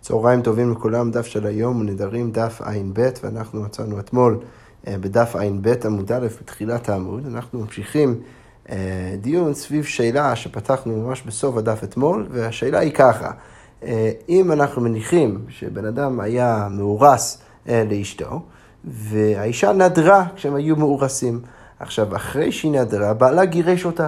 צהריים טובים לכולם, דף של היום ונדרים דף עין ב' ואנחנו מצאנו אתמול בדף עין ב' עמוד א' בתחילת העמוד. אנחנו ממשיכים דיון סביב שאלה שפתחנו ממש בסוף הדף אתמול, והשאלה היא ככה: אם אנחנו מניחים שבן אדם היה מאורס לאשתו והאישה נדרה כשהם היו מאורסים, עכשיו אחרי שהיא נדרה בעלה גירש אותה,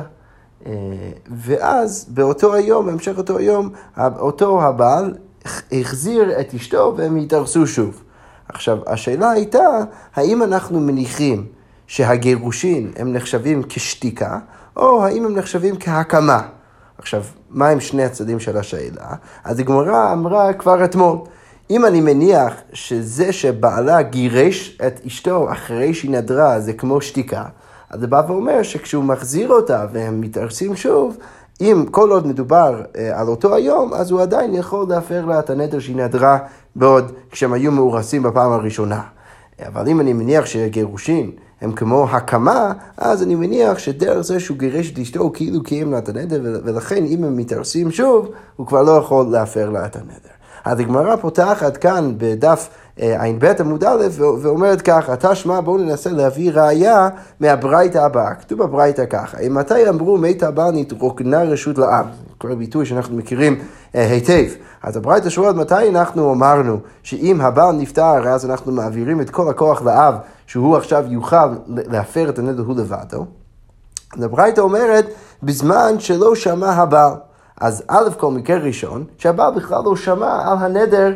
ואז באותו היום, בהמשך אותו היום, אותו הבעל החזיר את אשתו והם התארסו שוב. עכשיו, השאלה הייתה, האם אנחנו מניחים שהגירושין הם נחשבים כשתיקה, או האם הם נחשבים כהקמה? עכשיו, מה הם שני הצדדים של השאלה? אז הגמרא אמרה כבר אתמול, אם אני מניח שזה שבעלה גירש את אשתו אחרי שהיא נדרה זה כמו שתיקה, אז זה בא ואומר שכשהוא מחזיר אותה והם מתארסים שוב, אם כל עוד מדובר על אותו היום, אז הוא עדיין יכול להפר לה את הנדר שהיא נדרה בעוד כשהם היו מאורסים בפעם הראשונה. אבל אם אני מניח שהגירושין הם כמו הקמה, אז אני מניח שדרך זה שהוא גירש את אשתו הוא כאילו קיים לה את הנדר, ולכן אם הם מתארסים שוב, הוא כבר לא יכול להפר לה את הנדר. אז הגמרא פותחת כאן בדף עין ב' עמוד א' ואומרת ככה: תשמע, בואו ננסה להביא ראיה מהברייתא הבאה. כתוב בברייתא ככה: אם מתי אמרו מת הבעל נתרוקנה רשות לאב, כל ביטוי שאנחנו מכירים היטב. אז הברייתא שואלת מתי אנחנו אמרנו שאם הבעל נפטר אז אנחנו מעבירים את כל הכוח לאב שהוא עכשיו יוכל להפר את הנדר הוא לבדו. הברייתא אומרת בזמן שלא שמע הבעל. אז א' כל מקרה ראשון, שהבעל בכלל לא שמע על הנדר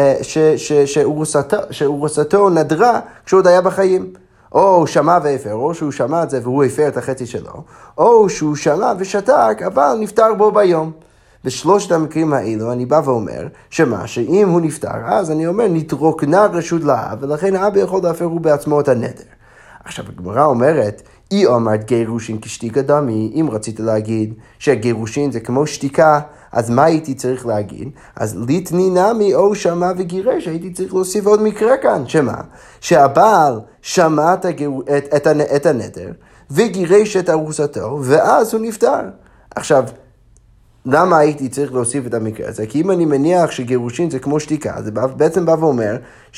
שאורסתו נדרה כשהוא עוד היה בחיים. או הוא שמע והפר, או שהוא שמע את זה והוא הפר את החצי שלו, או שהוא שמע ושתק, אבל נפטר בו ביום. בשלושת המקרים האלו אני בא ואומר, שאם הוא נפטר, אז אני אומר נתרוקנה רשות לאב, ולכן האב יכול להפר הוא בעצמו את הנדר. עכשיו הגמרא אומרת, היא אומרת גירושין כשתיקה דמי, אם רצית להגיד שהגירושין זה כמו שתיקה, אז מה הייתי צריך להגיד? אז ליתני נמי או שמע וגירש, הייתי צריך להוסיף עוד מקרה כאן, שהבעל שמע את הנדר וגירש את ארוסתו, ואז הוא נפטר. עכשיו, למה הייתי צריך להוסיף את המקרה הזה? כי אם אני מניח שגירושין זה כמו שתיקה, זה בעצם בא ואומר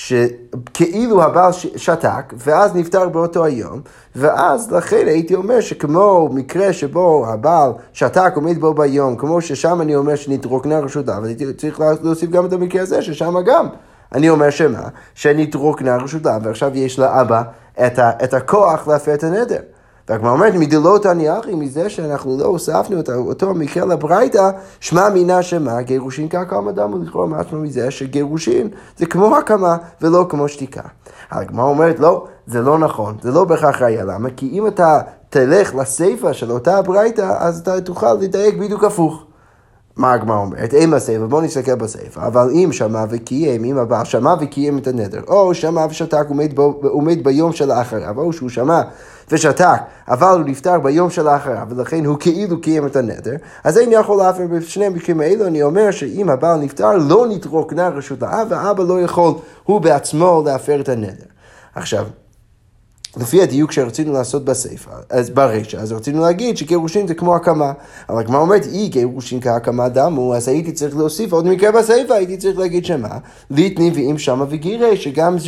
שכאילו הבעל שתק ואז נפטר באותו היום, ואז לכן הייתי אומר שכמו מקרה שבו הבעל שתק עומד בו ביום, כמו ששם אני אומר שנתרוקנה רשות לאב, הייתי צריך להוסיף גם את המקרה הזה ששם גם אני אומר שנתרוקנה רשות לאב, ועכשיו יש לאבא את הכוח להפר את הנדר. והגמרא אומרת, מדלות הניחי, מזה שאנחנו לא הוספנו את אותו מקרה לברייתא, שמע מינה שמה, גירושין כהקמה דמי, ולכאורה משמע מזה שגירושין זה כמו הקמה ולא כמו שתיקה. הגמרא אומרת, לא, זה לא נכון, זה לא בהכרח ראיה. למה? כי אם אתה תלך לספר של אותה ברייתא, אז אתה תוכל לדייק בדיוק הפוך. מה הגמרא אומרת? אין בספר, בוא נסתכל בספר. אבל אם שמע וקיים, אם הבעל שמע וקיים את הנדר, או שמע ושתק עומד ביום של האחריו, או שהוא שמע ושתק, אבל הוא נפטר ביום של האחריו, ולכן הוא כאילו קיים את הנדר, אז אין יכול להפר בשני המקרים האלו. אני אומר שאם הבעל נפטר, לא נתרוקנה רשות לאב, והאבא לא יכול הוא בעצמו להפר את הנדר. עכשיו, לפי הדיוק שרצינו לעשות בספר, אז ברשע, אז רצינו להגיד שגירושין זה כמו הקמה. אבל הגמרא אומרת, גירושין כהקמה דמו, אז הייתי צריך להוסיף עוד מקרה בספר, הייתי צריך להגיד שמה, ליתני ואם שמה וגירש,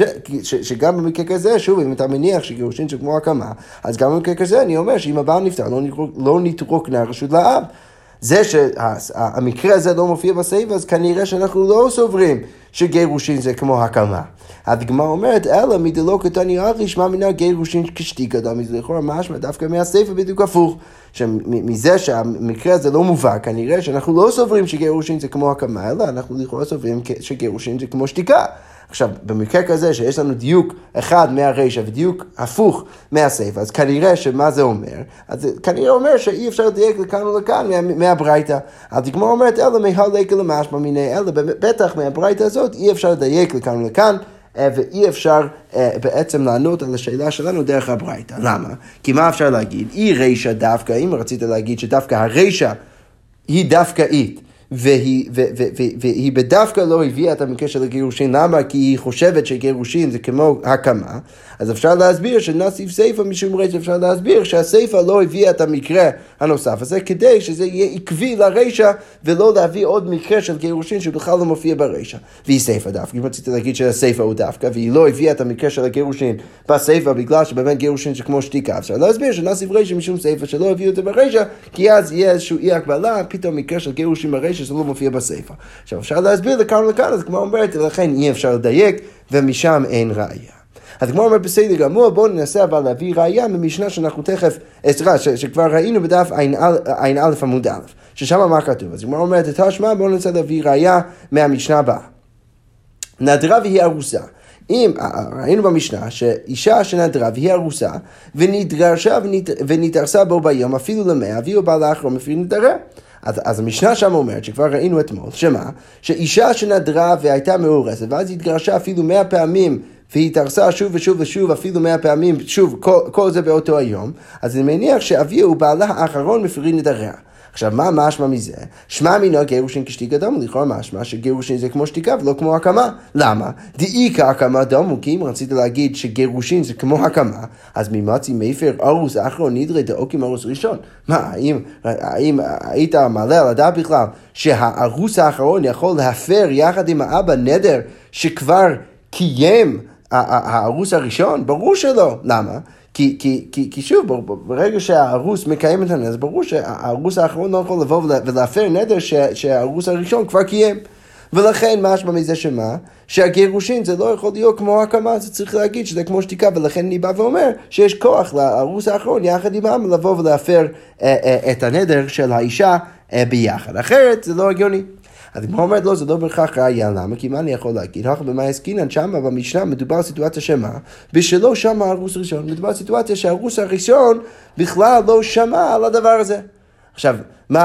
שגם במקרה כזה, שוב, אם אתה מניח שגירושין זה כמו הקמה, אז גם במקרה כזה אני אומר שאם הבעל נפטר, לא נתרוקנה רשות לאב. זה שהמקרה הזה לא מופיע בספר, אז כנראה שאנחנו לא סוברים שגירושין זה כמו הקמה. הגמרא אומרת, אלא מדלא קטני אחי, שמע מינה גירושין כשתיקה דמי, זה לכאורה משמע דווקא מהספר בדיוק הפוך, שמזה שהמקרה הזה לא מובא, כנראה שאנחנו לא סוברים שגירושין זה כמו הקמה, אלא אנחנו לכאורה סוברים שגירושין זה כמו שתיקה. עכשיו, במקרה כזה שיש לנו דיוק אחד מהרשע ודיוק הפוך מהספר, אז כנראה שמה זה אומר? אז זה כנראה אומר שאי אפשר לדייק לכאן ולכאן מהברייתא. אז הגמרא אומרת, אלא מהלקה למשמע מיני, אלא בטח מהברייתא הזאת אי אפשר לדייק לכאן ולכאן, ואי אפשר בעצם לענות על השאלה שלנו דרך הברייתא. למה? כי מה אפשר להגיד? היא רשע דווקא, אם רצית להגיד שדווקא הרשע היא דווקאית, והיא בדווקא לא הביאה את המקרה של הגירושין. למה? כי היא חושבת שגירושין זה כמו הקמה. אז אפשר להסביר שנוסיף סיפא משום רישא, אפשר להסביר שהסיפא לא הביאה את המקרה הנוסף הזה, כדי שזה יהיה עקבי לרישא, ולא להביא עוד מקרה של גירושין שבכלל לא מופיע ברישא. והיא סיפא דווקא, אם רציתי להגיד שהסיפא הוא דווקא, והיא לא הביאה את המקרה של הגירושין בסיפא, בגלל שבאמת גירושין זה כמו שתיקה. אפשר להסביר שנוסיף רישא משום סיפא שלא הביאו את זה ברישא, כי אז יהיה איזשהו אי הקבלה, פתאום מקרה של גירושין ברישא שזה לא מופיע בסיפא. עכשיו אפשר להסביר לכאן ולכאן, אז כמו אומרת, לכן אי אפשר לדייק, ומשם אין ראיה. אז כמו אומר בסדר גמור, בואו ננסה אבל להביא ראיה ממשנה שאנחנו תכף, שכבר ראינו בדף עין א' עמוד א', ששם מה כתוב. אז כמו אומרת את השמה, בואו ננסה להביא ראיה מהמשנה הבאה. נדרה והיא ארוסה. אם ראינו במשנה שאישה שנדרה והיא ארוסה, ונתגרשה ונתארסה בו ביום, אפילו למאה, הביאו בעלה אחרון אפילו נדרה. אז המשנה שם אומרת, שכבר ראינו אתמול, שמה? שאישה שנדרה והייתה מאורסת, ואז התגרשה אפילו 100 פעמים, והיא התארסה שוב ושוב ושוב, אפילו 100 פעמים, שוב, כל זה באותו היום, אז אני מניח שאביהו בעלה האחרון מפרי נדריה. עכשיו, מה משמע מזה? שמע מינו גירושין כשתיקה דומו, לכאורה משמע שגירושין זה כמו שתיקה ולא כמו הקמה. למה? דאיקה הקמה דומו, כי אם רצית להגיד שגירושין זה כמו הקמה, אז ממצי מפר ארוס אחרון נדרה דאוקים ארוס ראשון. מה, האם היית מעלה על הדעת בכלל שהארוס האחרון יכול להפר יחד עם האבא נדר שכבר קיים הארוס הראשון? ברור שלא. למה? כי שוב, ברגע שהארוס מקיים את הנדר, ברור שהארוס האחרון לא יכול לבוא ולהפר נדר שהארוס הראשון כבר קיים. ולכן משמע מזה שמה? שהגירושין זה לא יכול להיות כמו הקמה, זה צריך להגיד שזה כמו שתיקה, ולכן אני בא ואומר שיש כוח לארוס האחרון יחד עם העם לבוא ולהפר את הנדר של האישה ביחד. אחרת זה לא הגיוני. אז כמו אומרת לו, זה לא בהכרח ראיה. למה? כי מה אני יכול להגיד? הלכה במה עסקינן, שמה במשנה מדובר על סיטואציה שמה? בשלו שמה הארוס הראשון. מדובר על סיטואציה שהארוס הראשון בכלל לא שמע על הדבר הזה. עכשיו,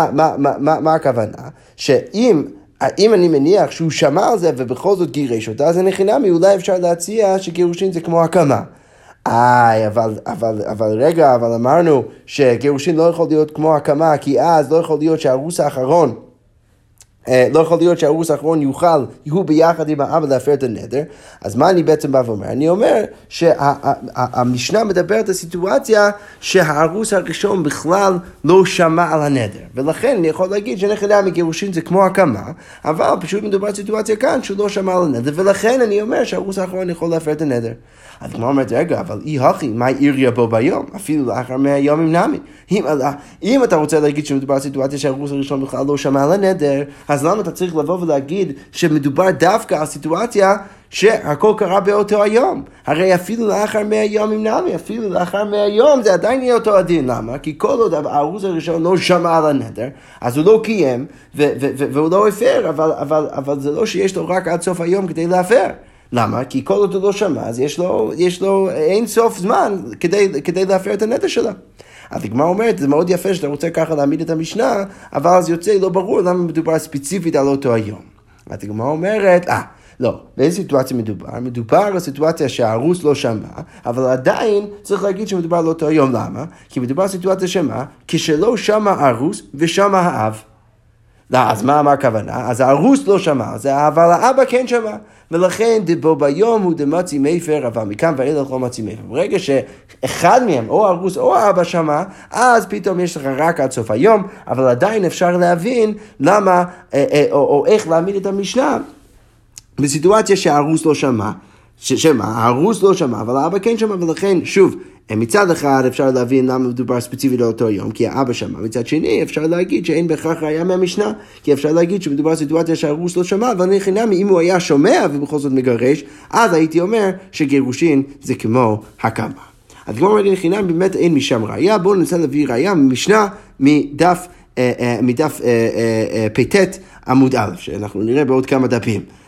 מה הכוונה? שאם אני מניח שהוא שמע על זה ובכל זאת גירש אותה, אז אני חינמי, אולי אפשר להציע שגירושין זה כמו הקמה. אבל רגע, אבל אמרנו שגירושין לא יכול להיות כמו הקמה, כי אז לא יכול להיות שהארוס האחרון לא יכול להיות שהארוס האחרון יהיו ביחד עם האבא להפר את הנדר. אז מה אני בעצם בא ואומר? אני אומר שהמשנה מדברת על הסיטואציה שהארוס הראשון בכלל לא שמע על הנדר. ולכן אני יכול להגיד שנכדה מגירושין זה כמו הקמה, אבל פשוט מדובר על סיטואציה כאן שהוא לא שמע על הנדר, ולכן אני אומר שהארוס האחרון יכול להפר את הנדר. אז כמו אומרת, רגע, אבל אי הכי, מה עיריה בו ביום? אפילו לאחר 100 ימים נמי. אם אתה רוצה להגיד שמדובר על סיטואציה שהארוס הראשון בכלל לא שמע על הנדר, אז למה אתה צריך לבוא ולהגיד שמדובר דווקא על סיטואציה שהכל קרה באותו היום? הרי אפילו לאחר 100 ימים נמי, אפילו לאחר 100 יום זה עדיין יהיה אותו הדין. למה? כי כל עוד הארוס הראשון לא שמע על הנדר, אז הוא לא קיים והוא לא הפר, אבל זה לא שיש לו רק עד סוף היום כדי להפר. למה? כי כל עוד הוא לא שמע, אז יש לו אין סוף זמן כדי להפר את הנדר שלה. אז הגמרא אומרת, זה מאוד יפה שאתה רוצה ככה להעמיד את המשנה, אבל אז יוצא לא ברור למה מדובר ספציפית על אותו היום. אז הגמרא אומרת, לא, באיזה סיטואציה מדובר? מדובר על סיטואציה שהארוס לא שמע, אבל עדיין צריך להגיד שמדובר על אותו היום. למה? כי מדובר על סיטואציה שמה? כשלא שמע הארוס ושמע האב. לא, אז מה הכוונה? אז הארוס לא שמע, אבל האבא כן שמע. ולכן דבו ביום הוא דמצי מפר, אבל מכאן ואילך לא מצי מפר. ברגע שאחד מהם, או הארוס או האבא שמע, אז פתאום יש לך רק עד סוף היום, אבל עדיין אפשר להבין למה, או איך להעמיד את המשנה, בסיטואציה שהארוס לא שמע, הארוס לא שמע, אבל האבא כן שמע, ולכן שוב, מצד אחד אפשר להבין למה מדובר ספציפית לאותו יום, כי האבא שמע. מצד שני אפשר להגיד שאין בהכרח ראיה מהמשנה, כי אפשר להגיד שמדובר סיטואציה שהארוס לא שמע, אבל אני חינמי, אם הוא היה שומע ובכל זאת מגרש, אז הייתי אומר שגירושין זה כמו הקמה. אז כמו אומרת, אני חינמי, באמת אין משם ראיה. בואו ננסה להביא ראיה ממשנה מדף פ"ט עמוד א', שאנחנו נראה בעוד כמה דפים.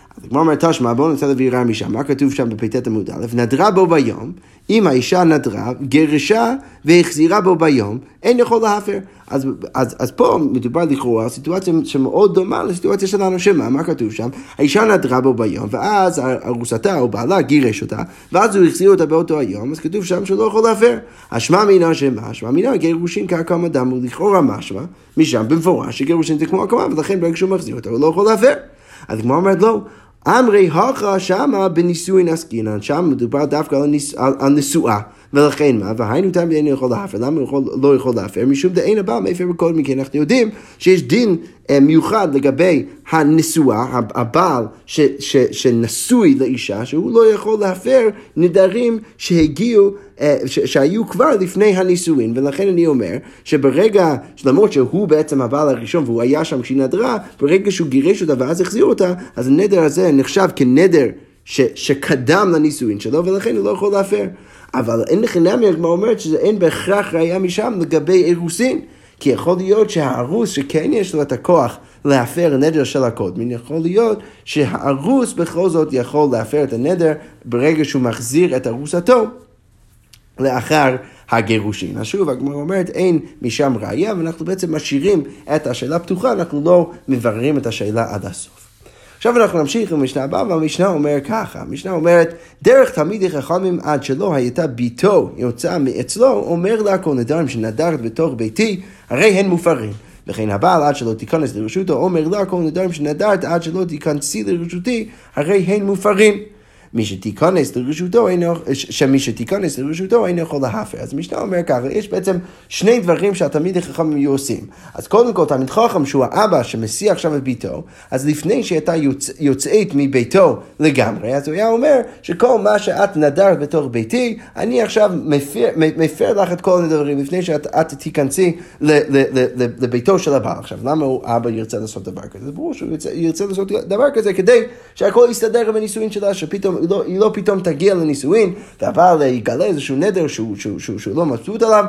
אז הגמרא אומרת, תשמע, בואו ננסה להביא ראיה משם, מה כתוב שם בפ"ט עמוד א', נדרה בו ביום, אם האישה נדרה, גרשה והחזירה בו ביום, אין יכול להפר. אז פה מדובר לכאורה, סיטואציה שמאוד דומה לסיטואציה שלנו, מה כתוב שם? האישה נדרה בו ביום, ואז ארוסתה או בעלה גירש אותה, ואז הוא החזיר אותה באותו היום, אז כתוב שם שלא יכול להפר. השמע מינה שמה? השמע מינה גירושין כהקם אדם, הוא לכאורה משמע, משם במפורש שגירושין זה כמו הקמה, ולכן ברגע שהוא מחזיר אותה הוא לא יכול להפר. אז כמו אומרת לא, אמרי הכה שמה בנישואין עסקינן, שם מדובר דווקא על נשואה, ולכן מה? והיינו תמיד אינו יכול להפר, למה הוא לא יכול להפר? משום דאין הבעל מפר בכל מקרה, אנחנו יודעים שיש דין מיוחד לגבי הנשואה, הבעל שנשוי לאישה, שהוא לא יכול להפר נדרים שהגיעו, שהיו כבר לפני הנישואין, ולכן אני אומר שברגע, למרות שהוא בעצם הבעל הראשון והוא היה שם כשהיא נדרה, ברגע שהוא גירש אותה ואז החזיר אותה, אז הנדר הזה נחשב כנדר שקדם לנישואין שלו, ולכן הוא לא יכול להפר. אבל אין לכם נמי, הגמרא אומרת שאין בהכרח ראיה משם לגבי אירוסין, כי יכול להיות שהארוס שכן יש לו את הכוח להפר נדר של הקודמין, יכול להיות שהארוס בכל זאת יכול להפר את הנדר ברגע שהוא מחזיר את ארוסתו לאחר הגירושין. אז שוב, הגמרא אומרת אין משם ראיה, ואנחנו בעצם משאירים את השאלה פתוחה, אנחנו לא מבררים את השאלה עד הסוף. עכשיו אנחנו נמשיך עם המשנה הבאה, והמשנה אומר ככה, המשנה אומרת, דרך תלמידי חכמים עד שלא הייתה ביתו יוצאה מאצלו, אומר לה כל נדרים שנדרת בתוך ביתי, הרי הן מופרים. וכן הבעל עד שלא תיכנס לרשותו, אומר לה כל נדרים שנדרת עד שלא תיכנסי לרשותי, הרי הן מופרים. מי שתיכנס לרשותו אינו יכול להפר. אז המשנה אומר ככה, יש בעצם שני דברים שהתלמידי חכמים יהיו עושים. אז קודם כל, תלמיד חכם שהוא האבא שמסיע עכשיו את ביתו, אז לפני שהייתה יוצאת מביתו לגמרי, אז הוא היה אומר שכל מה שאת נדרת בתוך ביתי, אני עכשיו מפר לך את כל הנדרים לפני שאת תיכנסי לביתו של הבעל. עכשיו, למה האבא ירצה לעשות דבר כזה? זה ברור שהוא ירצה לעשות דבר כזה כדי שהכל יסתדר עם הנישואין שלה, שפתאום היא לא פתאום תגיע לנישואין, והבעל יגלה איזשהו נדר שהוא לא מבסוט עליו,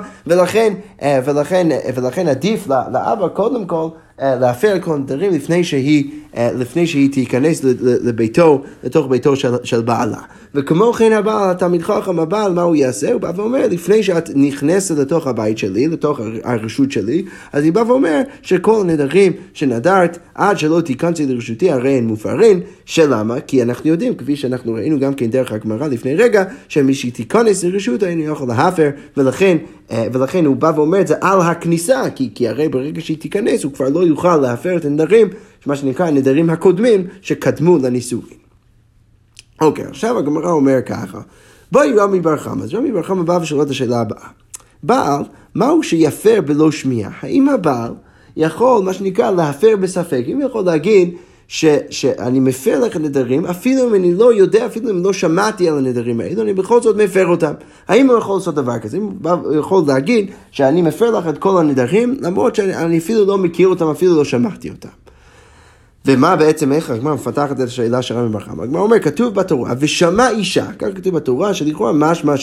ולכן עדיף לאבא קודם כל להפר כל נדרים לפני שהיא תיכנס לביתו, לתוך ביתו של בעלה. וכמו כן הבעל, תלמיד חכם, הבעל, מה הוא יעשה? הוא בא ואומר, לפני שאת נכנסת לתוך הבית שלי, לתוך הרשות שלי, אז היא בא ואומר שכל הנדרים שנדרת עד שלא תיכנסי לרשותי, הרי הן מופרים. שלמה? כי אנחנו יודעים, כפי שאנחנו ראינו גם כן דרך הגמרא לפני רגע, שמי שתיכנס לרשות אינו יכול להפר, ולכן הוא בא ואומר את זה על הכניסה, כי הרי ברגע שהיא תיכנס הוא כבר לא יוכל להפר את הנדרים, מה שנקרא הנדרים הקודמים שקדמו לנישואין. אוקיי, עכשיו הגמרא אומר ככה, בואי רמי בר חמא, אז רמי בר חמא בא ושאל את השאלה הבאה, בעל, מהו שיפר בלא שמיעה? האם הבעל יכול, מה שנקרא, להפר בספק? אם יכול להגיד שאני מפר לך נדרים, אפילו אם אני לא יודע, אפילו אם לא שמעתי על הנדרים האלה, אני בכל זאת מפר אותם. האם הוא יכול לעשות דבר כזה? הוא יכול להגיד שאני מפר לך את כל הנדרים, למרות שאני אפילו לא מכיר אותם, אפילו לא שמעתי אותם. ומה בעצם, איך הגמרא מפתחת את השאלה של רמי בר חמא? הגמרא אומר, כתוב בתורה, ושמע אישה, כך כתוב בתורה, שלכאורה משמע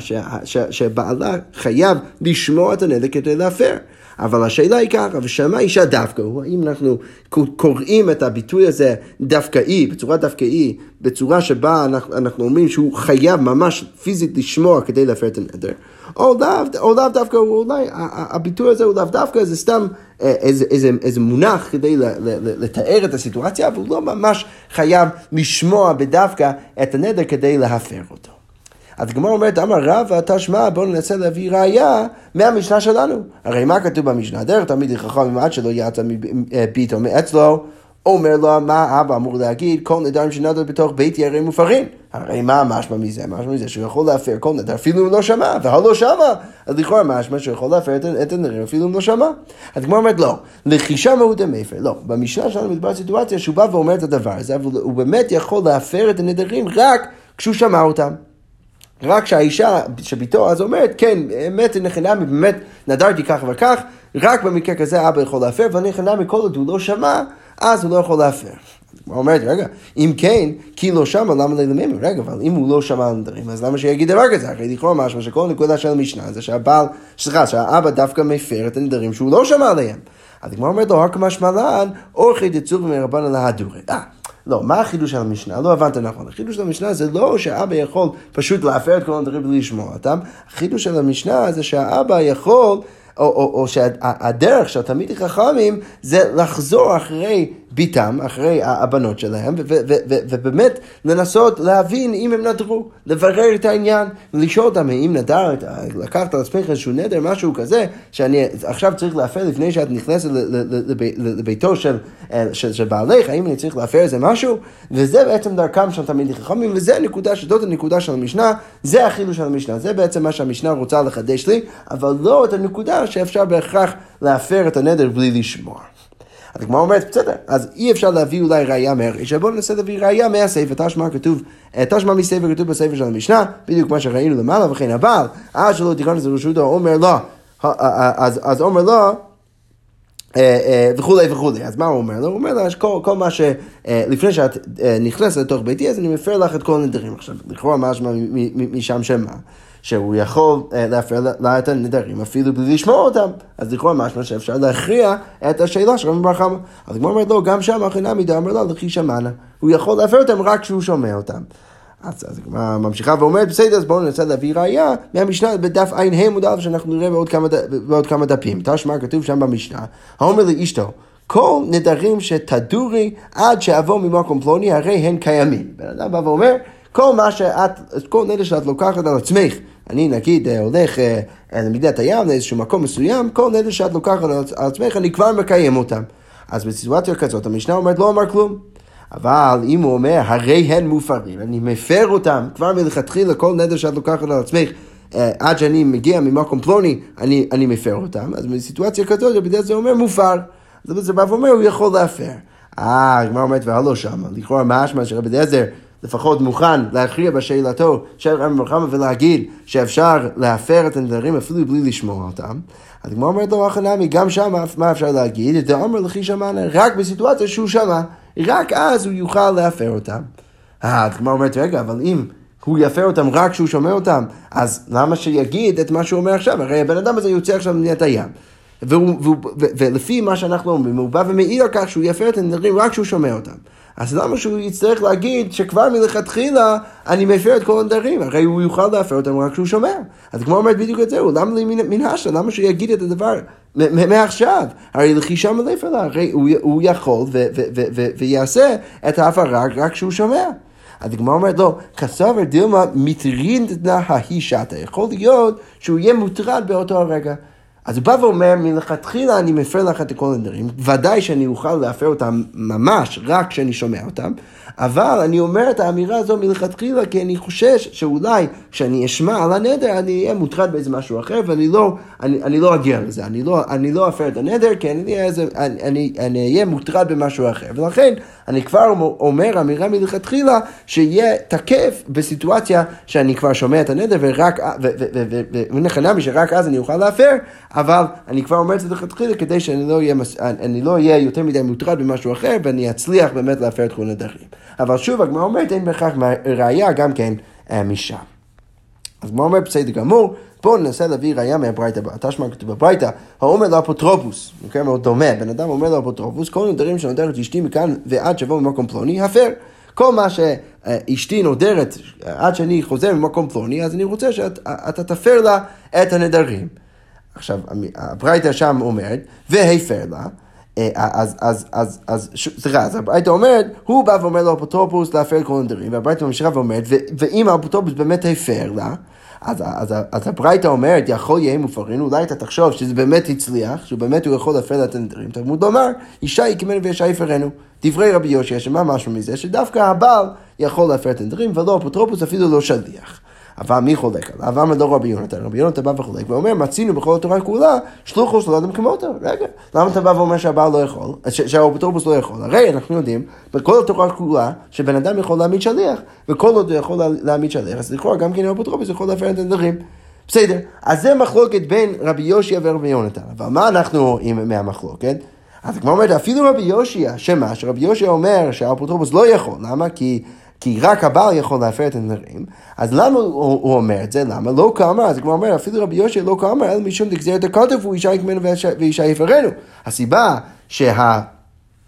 שבעלה חייב לשמוע את הנדר כדי להפר. אבל השאלה היא ככה, ושמע אישה דווקא, האם אנחנו קוראים את הביטוי הזה דווקאי, בצורה דווקאי, בצורה שבה אנחנו אומרים שהוא חייב ממש פיזית לשמוע כדי להפר את הנדר, או לאו דווקא, אולי הביטוי הזה הוא לאו דווקא, זה סתם איזה מונח כדי לתאר את הסיטואציה, אבל הוא לא ממש חייב לשמוע בדווקא את הנדר כדי להפר אותו. אז הגמרא אומרת, אמר רב, אתה שמע, בואו ננסה להביא ראיה מהמשנה שלנו. הרי מה כתוב במשנה? דרך תלמידי חכמים עד שלא יצא מביתו מאצלו, אומר לו, מה אבא אמור להגיד? כל נדרים שנדר בתוך ביתי הרי מופרים. הרי מה משמע מזה? משמע מזה שהוא יכול להפר כל נדר, אפילו אם לא שמע, והוא לא שמע. אז לכאורה משמע שהוא יכול להפר את הנדרים, אפילו אם לא שמע. אז הגמרא אומרת, לא, לחישה מהות המפר. לא, במשנה שלנו מדובר סיטואציה שהוא בא ואומר את הדבר הזה, אבל הוא באמת יכול להפר את הנדרים רק כשהוא שמע אותם. רק שהאישה שביתו אז אומרת, כן, אמת נחנמי, באמת נדרתי כך וכך, רק במקרה כזה אבא יכול להפר, ונחנמי כל עוד הוא לא שמע, אז הוא לא יכול להפר. הוא אומר, רגע, אם כן, כי לא שמע, למה ללמד? רגע, אבל אם הוא לא שמע על נדרים, אז למה שיגיד דבר כזה? הרי לכאורה משהו שכל נקודה של המשנה זה שהאבא דווקא מפר את הנדרים שהוא לא שמע עליהם. אז כמו אומרת לו, רק משמע לן, אורחי דצור ומרבן על ההדורי. לא, מה החידוש של המשנה? לא הבנת נכון. החידוש של המשנה זה לא שהאבא יכול פשוט להפר את כל הנדרים בלי לשמוע אותם. החידוש של המשנה זה שהאבא יכול, או שהדרך של התלמידי חכמים זה לחזור אחרי ביתם, אחרי הבנות שלהם, ובאמת לנסות להבין אם הם נדרו, לברר את העניין, לשאול אותם אם נדר, לקחת על עצמך איזשהו נדר, משהו כזה, שאני עכשיו צריך להפר לפני שאת נכנסת לביתו של בעלך, האם אני צריך להפר איזה משהו, וזה בעצם דרכם של תלמידי חכמים, וזה הנקודה, שזאת הנקודה של המשנה, זה החילוש של המשנה, זה בעצם מה שהמשנה רוצה לחדש לי, אבל לא את הנקודה שאפשר בהכרח להפר את הנדר בלי לשמוע. אז כמו אומרת, בסדר, אז אי אפשר להביא אולי ראייה מהריש, בואו ננסה להביא ראייה מהספר, תשמע מספר כתוב בספר של המשנה, בדיוק מה שראינו למעלה וכן, אבל עד שלא תיכנס לרשותו, אומר לא, אז אומר לא, וכולי וכולי, אז מה הוא אומר לו? הוא אומר לה, כל מה לפני שאת נכנסת לתוך ביתי, אז אני מפר לך את כל הנדרים. עכשיו, לכאורה משמע משם שמה, שהוא יכול להפר לה את הנדרים אפילו בלי לשמוע אותם, אז לכאורה משמע שאפשר להכריע את השאלה של רבי בר חמא. אז כמו אומרת לו, גם שם אחרי מידה אומר לו, לכי שמענה, הוא יכול להפר אותם רק כשהוא שומע אותם. אז הגמרא ממשיכה ואומרת, בסדר, אז בואו ננסה להביא ראייה מהמשנה בדף עין מודל שאנחנו נראה בעוד כמה דפים. תשמע, כתוב שם במשנה, האומר לאשתו, כל נדרים שתדורי עד שאבוא ממקום פלוני, הרי הן קיימים. בן אדם בא ואומר, כל נדר שאת לוקחת על עצמך, אני נגיד הולך למידת הים, לאיזשהו מקום מסוים, כל נדר שאת לוקחת על עצמך, אני כבר מקיים אותם. אז בסיטואציה כזאת, המשנה אומרת, לא אמר כלום. אבל אם הוא אומר, הרי הן מופרים, אני מפר אותם, כבר מלכתחילה כל נדר שאת לוקחת על עצמך, עד שאני מגיע ממקום פלוני, אני מפר אותם, אז בסיטואציה כזאת, בדרך זה אומר מופר. אז זה בא ואומר, הוא יכול להפר. הגמרא אומרת, והלא שמה, לכאורה משמע שרבי אליעזר לפחות מוכן להכריע בשאלתו של רבי בר חמא ולהגיד שאפשר להפר את הנדרים אפילו בלי לשמוע אותם. אז הגמרא אומרת לו, החנמי, גם שם מה אפשר להגיד? את האומר לכי שמענה, רק בסיטואציה שהוא שמע, רק אז הוא יוכל להפר אותם. הגמרא אומרת, רגע, אבל אם הוא יפר אותם רק כשהוא שומע אותם, אז למה שיגיד את מה שהוא אומר עכשיו? הרי הבן אדם הזה יוצא עכשיו מדינת הים. ולפי מה שאנחנו אומרים, הוא בא ומעיד על כך שהוא יפר את הנדרים רק כשהוא שומע אותם. אז למה שהוא יצטרך להגיד שכבר מלכתחילה אני מפר את כל הנדרים? הרי הוא יוכל להפר אותם רק כשהוא שומע. אז כמו אומרת בדיוק את זה, למה לי מן השלה? למה שהוא יגיד את הדבר מעכשיו? הרי לכי שם לפר לה, הרי הוא יכול ויעשה את ההפרה רק כשהוא שומע. אז הגמרא אומרת לו, כסבר דילמה מטרידנה ההישתה, יכול להיות שהוא יהיה מוטרד באותו הרגע. אז הוא בא ואומר, מלכתחילה אני מפר לך את כל הנדרים, ודאי שאני אוכל להפר אותם ממש רק כשאני שומע אותם, אבל אני אומר את האמירה הזו מלכתחילה, כי אני חושש שאולי כשאני אשמע על הנדר, אני אהיה מוטרד באיזה משהו אחר, ואני לא אגיע לזה, אני לא אפר את הנדר, כי אני אהיה מוטרד במשהו אחר, ולכן אני כבר אומר אמירה מלכתחילה, שיהיה תקף בסיטואציה שאני כבר שומע את הנדר, ונכנמי שרק אז אני אוכל להפר, אבל אני כבר אומר את זה לכתחילה, כדי שאני לא אהיה יותר מדי מוטרד במשהו אחר, ואני אצליח באמת להפר את כל הנדרים. אבל שוב, הגמרא אומרת, אין בכך ראייה גם כן משם. אז הגמרא אומרת, בסדר גמור, בואו ננסה להביא ראייה מהברייתא, תשמע כתוב בברייתא, האומר לאפוטרופוס, מקרה מאוד דומה, בן אדם אומר לאפוטרופוס, כל נדרים שנודרת אשתי מכאן ועד שבוא ממקום פלוני, הפר. כל מה שאשתי נודרת עד שאני חוזר ממקום פלוני, אז אני רוצה שאתה תפר לה את הנדרים. עכשיו, הברייתא שם אומרת, והפר לה, אז הברייתא אומרת, הוא בא ואומר לאפוטרופוס להפר כל הנדרים, והברייתא ממשיכה ואומרת, ואם האפוטרופוס באמת הפר לה, אז הברייתא אומרת, יכול יהיה מופרין, אולי אתה תחשוב שזה באמת הצליח, שבאמת הוא יכול להפר לה את הנדרים, תלמוד לומר, אישה יקמנו ואישה יפרנו. דברי רבי יושע, שמה משהו מזה, שדווקא הבעל יכול להפר את הנדרים, ולא אפוטרופוס אפילו לא שליח. אבל מי חולק עליו? אבל מדור רבי יונתן בא וחולק, ואומר, מצינו בכל התורה כולה, שלוחו של אדם כמותו. רגע, למה אתה בא ואומר שהבעל לא יכול, שהאפוטרופוס לא יכול? הרי אנחנו יודעים, בכל התורה כולה, שבן אדם יכול להעמיד שליח, וכל עוד הוא יכול להעמיד שליח, אז לכאורה גם כן האפוטרופוס יכול להפר את הנדרים. בסדר, אז זה מחלוקת בין רבי יושע ורבי יונתן. אבל מה אנחנו רואים מהמחלוקת? אז כמו אומרת, אפילו רבי יושע, שרבי יושע אומר שהאפוטרופוס לא יכול, למה? כי רק הבעל יכול להפר את הנדרים, אז למה הוא אומר את זה? למה? לא כאמר, אז כמו אומר, אפילו רבי יושע לא כאמר, אלא משום דגזרת הכתוב, הוא אישה יקמנו ואישה יפרנו. הסיבה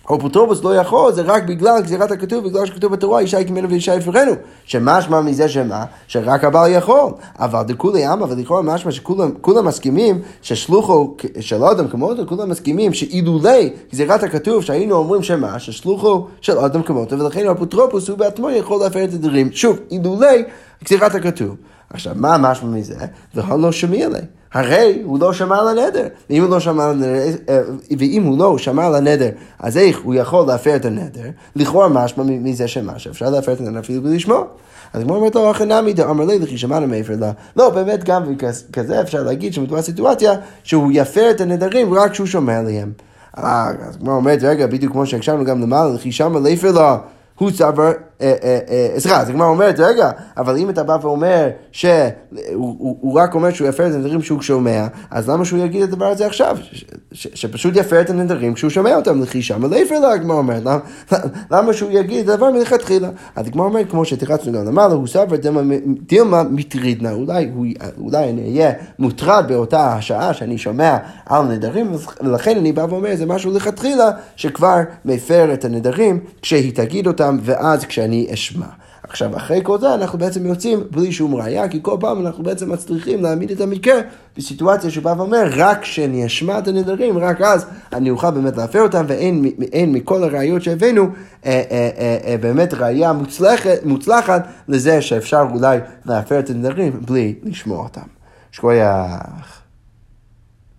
האפוטרופוס לא יכול, זה רק בגלל גזירת הכתוב, בגלל שכתוב בתורה, אישה יקמנו ואישה יפרנו. שמשמע מזה שמה? שרק הבעל יכול. אבל דכולי עלמא, ולכאורה משמע שכולם מסכימים ששלוחו של אדם כמותו, כולם מסכימים שאילולי גזירת הכתוב, שהיינו אומרים שמה? ששלוחו של אדם כמותו, ולכן האפוטרופוס הוא בעצמו יכול להפר את הנדרים. שוב, אילולי גזירת הכתוב. עכשיו, מה משמע מזה? והלא שמיע לי. הרי הוא לא שמע על הנדר. ואם הוא לא שמע על הנדר, אז איך הוא יכול להפר את הנדר? לכאורה משמע מזה שאפשר להפר את הנדר אפילו בלי לשמוע. אז כמו אומרת לו, אחי נמי דאמר לי לכי שמענו מאפר לה. לא, באמת גם כזה אפשר להגיד שמדובר סיטואציה שהוא יפר את הנדרים רק כשהוא שומע עליהם. אז כמו אומרת, רגע, בדיוק כמו שהקשבנו גם למעלה, לכי שמה לאפר לה. הוא סבר, סליחה, זה כבר אומרת, רגע, אבל אם אתה בא ואומר שהוא רק אומר שהוא יפר את הנדרים שהוא שומע, אז למה שהוא יגיד את הדבר הזה עכשיו? שפשוט יפר את הנדרים כשהוא שומע אותם, לכי שמה לאפר לה, כמו אומרת, למה שהוא יגיד את הדבר מלכתחילה? אז כמו אומרת, כמו שתיחצנו גם למעלה, הוא סבר דילמה מטרידנה, אולי אני אהיה מוטרד באותה השעה שאני שומע על נדרים, ולכן אני בא ואומר, זה משהו לכתחילה שכבר מפר את הנדרים כשהיא תגיד אותם, ואז כשאני אשמע. עכשיו, אחרי כל זה אנחנו בעצם יוצאים בלי שום ראייה, כי כל פעם אנחנו בעצם מצליחים להעמיד את המקרה בסיטואציה שבא ואומר, רק כשאני אשמע את הנדרים, רק אז אני אוכל באמת להפר אותם, ואין מכל הראיות שהבאנו באמת ראייה מוצלחת לזה שאפשר אולי להפר את הנדרים בלי לשמוע אותם. שכוייך.